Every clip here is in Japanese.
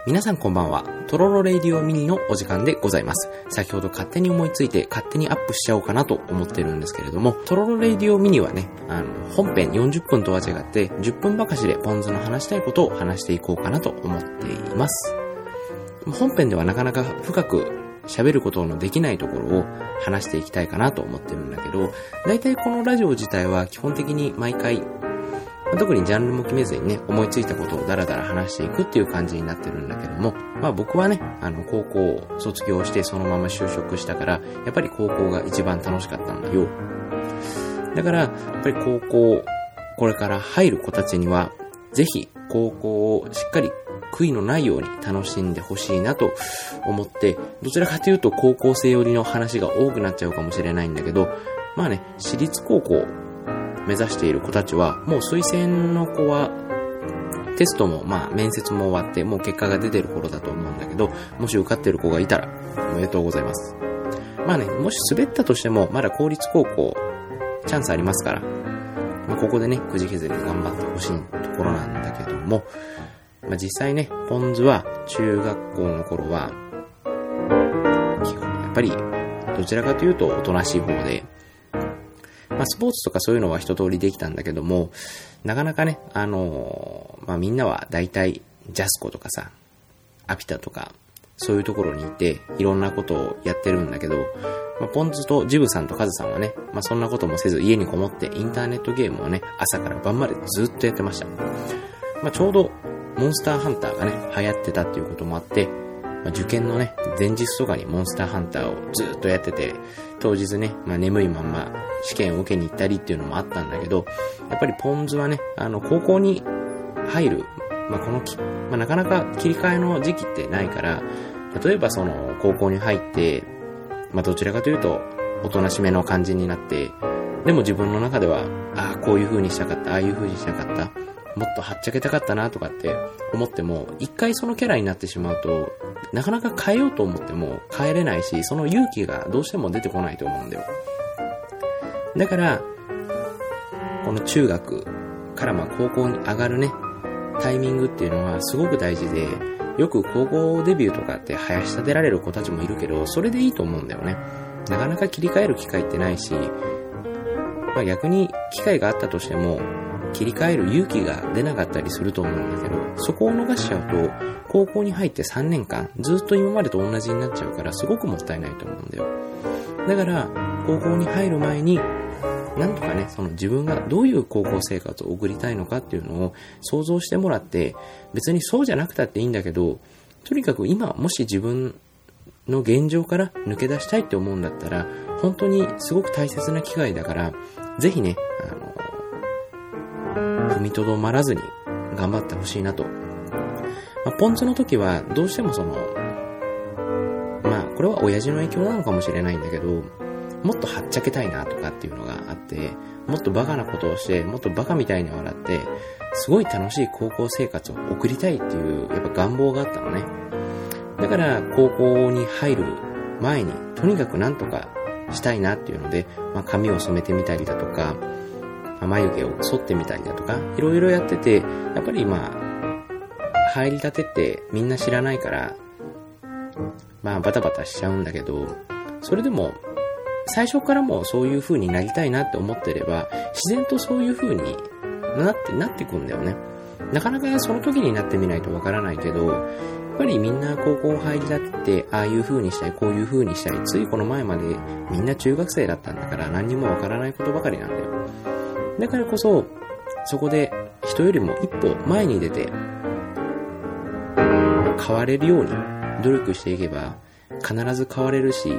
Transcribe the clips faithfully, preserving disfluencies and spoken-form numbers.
皆さんこんばんは。トロロレイディオミニのお時間でございます。先ほど勝手に思いついて勝手にアップしちゃおうかなと思ってるんですけれども、トロロレイディオミニはね、あの、本編よんじゅっぷんとは違ってじゅっぷんばかしでポン酢の話したいことを話していこうかなと思っています。本編ではなかなか深く喋ることのできないところを話していきたいかなと思ってるんだけど、だいたいこのラジオ自体は基本的に毎回特にジャンルも決めずにね、思いついたことをダラダラ話していくっていう感じになってるんだけども、まあ僕はね、あの高校を卒業してそのまま就職したから、やっぱり高校が一番楽しかったんだよ。だから、やっぱり高校、これから入る子たちには、ぜひ高校をしっかり悔いのないように楽しんでほしいなと思って、どちらかというと高校生寄りの話が多くなっちゃうかもしれないんだけど、まあね、私立高校、目指している子たちは、もう推薦の子はテストもまあ面接も終わってもう結果が出てる頃だと思うんだけど、もし受かってる子がいたらおめでとうございます。まあね、もし滑ったとしてもまだ公立高校チャンスありますから、まあ、ここでねくじけずに頑張ってほしいところなんだけども、まあ、実際ねポン酢は中学校の頃は基本やっぱりどちらかというとおとなしい方で、まあ、スポーツとかそういうのは一通りできたんだけども、なかなかね、あのー、まあ、みんなは大体ジャスコとかさ、アピタとか、そういうところにいて、いろんなことをやってるんだけど、まあ、ポンズとジブさんとカズさんはね、まあ、そんなこともせず家にこもってインターネットゲームをね、朝から晩までずっとやってました。まあ、ちょうどモンスターハンターがね、流行ってたっていうこともあって、まあ、受験のね、前日とかにモンスターハンターをずっとやってて、当日ね、まあ、眠いまんま試験を受けに行ったりっていうのもあったんだけど、やっぱりポン酢はね、あの、高校に入る、まあ、このき、まあ、なかなか切り替えの時期ってないから、例えばその、高校に入って、まあ、どちらかというと、おとなしめの感じになって、でも自分の中では、ああ、こういう風にしたかった、ああいう風にしたかった、もっとはっちゃけたかったなとかって思っても、一回そのキャラになってしまうと、なかなか変えようと思っても変えれないし、その勇気がどうしても出てこないと思うんだよ。だから、この中学からまあ高校に上がるね、タイミングっていうのはすごく大事で、よく高校デビューとかって林立てられる子たちもいるけど、それでいいと思うんだよね。なかなか切り替える機会ってないし、まあ逆に機会があったとしても、切り替える勇気が出なかったりすると思うんだけど、そこを逃しちゃうと、高校に入ってさんねんかん、ずっと今までと同じになっちゃうから、すごくもったいないと思うんだよ。だから、高校に入る前に、なんとかね、その自分がどういう高校生活を送りたいのかっていうのを想像してもらって、別にそうじゃなくたっていいんだけど、とにかく今、もし自分の現状から抜け出したいって思うんだったら、本当にすごく大切な機会だから、ぜひね、あの、踏みとどまらずに頑張ってほしいなと。まあ、ポン酢の時はどうしてもその、まあこれは親父の影響なのかもしれないんだけど、もっとはっちゃけたいなとかっていうのがあって、もっとバカなことをして、もっとバカみたいに笑って、すごい楽しい高校生活を送りたいっていうやっぱ願望があったのね。だから高校に入る前にとにかくなんとかしたいなっていうので、まあ、髪を染めてみたりだとか、眉毛を剃ってみたりだとか、いろいろやってて、やっぱりまあ、入りたてってみんな知らないから、まあバタバタしちゃうんだけど、それでも、最初からもそういう風になりたいなって思ってれば、自然とそういう風になって、なってくんだよね。なかなかその時になってみないとわからないけど、やっぱりみんな高校入りたてて、ああいう風にしたい、こういう風にしたい、ついこの前までみんな中学生だったんだから何にもわからないことばかりなんだよ。だからこそ、そこで人よりも一歩前に出て、変われるように努力していけば必ず変われるし、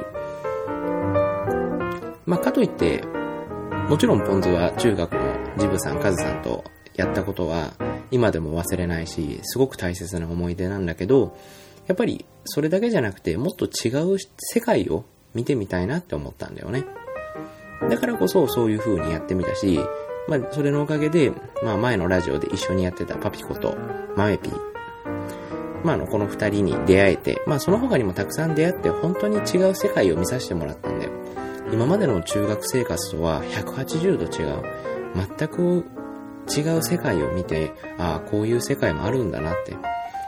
まあかといって、もちろんポン酢は中学のジブさん、カズさんとやったことは今でも忘れないし、すごく大切な思い出なんだけど、やっぱりそれだけじゃなくてもっと違う世界を見てみたいなって思ったんだよね。だからこそそういう風にやってみたし、まあそれのおかげで、まあ前のラジオで一緒にやってたパピコとマメピー、まああのこの二人に出会えて、まあその他にもたくさん出会って本当に違う世界を見させてもらったんだよ。今までの中学生活とはひゃくはちじゅうど違う、全く違う世界を見て、ああこういう世界もあるんだなって、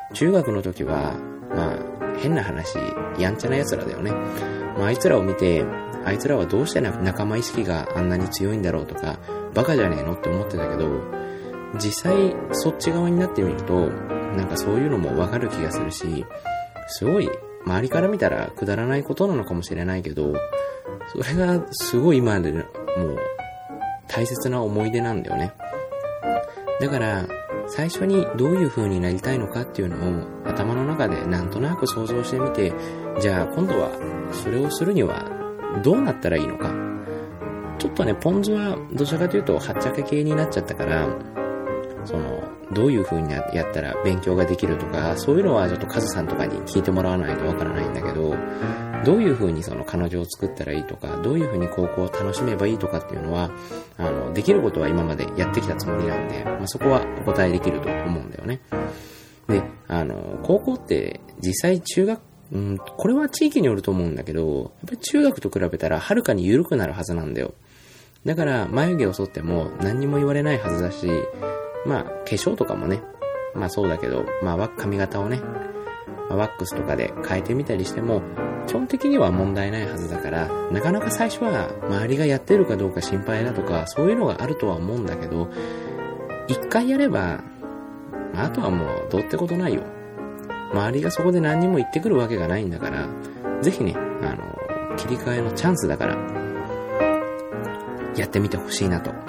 中学の時は、まあ、変な話、やんちゃな奴らだよね。まあ、あいつらを見て、あいつらはどうして仲間意識があんなに強いんだろうとか、バカじゃねえのって思ってたけど、実際そっち側になってみると、なんかそういうのもわかる気がするし、すごい周りから見たらくだらないことなのかもしれないけど、それがすごい今までもう大切な思い出なんだよね。だから最初にどういう風になりたいのかっていうのを頭の中でなんとなく想像してみて、じゃあ今度はそれをするにはどうなったらいいのか。ちょっとね、ポン酢はどちらかというとはっちゃけ系になっちゃったから、そのどういう風にやったら勉強ができるとか、そういうのはちょっとカズさんとかに聞いてもらわないとわからないんだけど、どういう風にその彼女を作ったらいいとか、どういう風に高校を楽しめばいいとかっていうのは、あのできることは今までやってきたつもりなんで、まあ、そこはお答えできると思うんだよね。で、あの高校って実際中学、うん、これは地域によると思うんだけど、やっぱり中学と比べたらはるかに緩くなるはずなんだよ。だから眉毛を剃っても何にも言われないはずだし、まあ化粧とかもね、まあそうだけど、まあ髪型をね、まあ、ワックスとかで変えてみたりしても基本的には問題ないはずだから、なかなか最初は周りがやってるかどうか心配だとかそういうのがあるとは思うんだけど、一回やればあとはもうどうってことないよ。周りがそこで何にも言ってくるわけがないんだから、ぜひね、あの切り替えのチャンスだからやってみてほしいなと。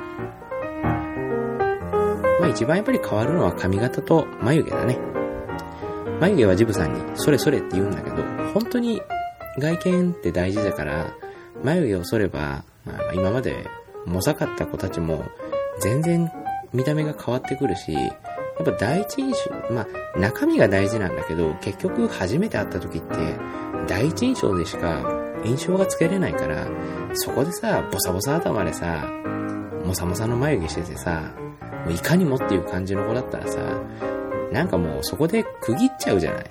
まあ一番やっぱり変わるのは髪型と眉毛だね。眉毛はジブさんにそれそれって言うんだけど、本当に外見って大事だから、眉毛を剃れば、まあ、今までもさかった子たちも全然見た目が変わってくるし、やっぱ第一印象、まあ中身が大事なんだけど、結局初めて会った時って第一印象でしか印象がつけれないから、そこでさ、ボサボサ頭でさ、モサモサの眉毛しててさ、もういかにもっていう感じの子だったらさ、なんかもうそこで区切っちゃうじゃない。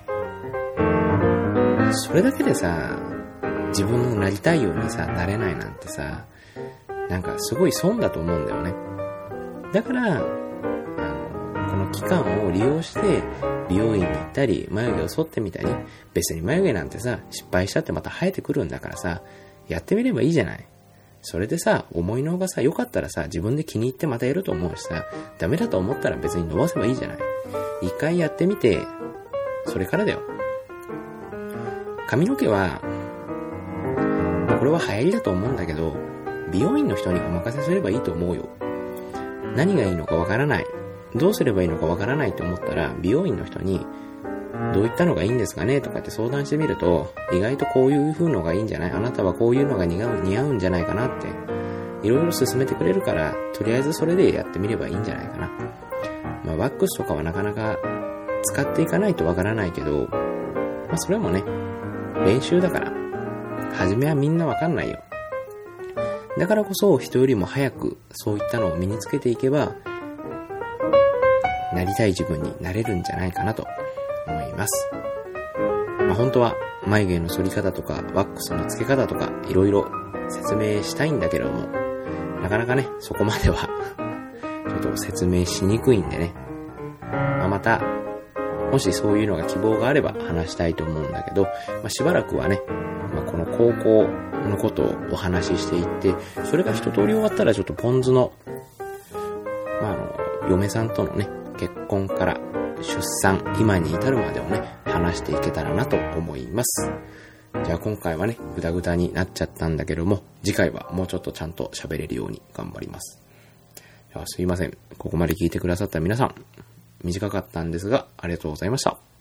それだけでさ、自分のなりたいようにさ、なれないなんてさ、なんかすごい損だと思うんだよね。だから、あの、この期間を利用して美容院に行ったり、眉毛を剃ってみたり、別に眉毛なんてさ、失敗したってまた生えてくるんだからさ、やってみればいいじゃない。それでさ、思いのほかさ、良かったらさ、自分で気に入ってまたやると思うしさ、ダメだと思ったら別に伸ばせばいいじゃない。一回やってみて、それからだよ。髪の毛は、これは流行りだと思うんだけど、美容院の人にお任せすればいいと思うよ。何がいいのかわからない。どうすればいいのかわからないと思ったら、美容院の人に、どういったのがいいんですかねとかって相談してみると、意外とこういう風のがいいんじゃない？あなたはこういうのが似合う、似合うんじゃないかなって、いろいろ勧めてくれるから、とりあえずそれでやってみればいいんじゃないかな。まあ、ワックスとかはなかなか使っていかないとわからないけど、まあそれもね、練習だから、初めはみんなわかんないよ。だからこそ人よりも早くそういったのを身につけていけば、なりたい自分になれるんじゃないかなと思います。まあ本当は眉毛の剃り方とかワックスの付け方とかいろいろ説明したいんだけれども、なかなかね、そこまではちょっと説明しにくいんでね。まあ、また、もしそういうのが希望があれば話したいと思うんだけど、まあ、しばらくはね、まあ、この高校のことをお話ししていって、それが一通り終わったらちょっとポン酢の、まあ、あの、嫁さんとのね、結婚から出産、今に至るまでをね、話していけたらなと思います。じゃあ今回はね、グダグダになっちゃったんだけども、次回はもうちょっとちゃんと喋れるように頑張ります。じゃあすいません。ここまで聞いてくださった皆さん、短かったんですが、ありがとうございました。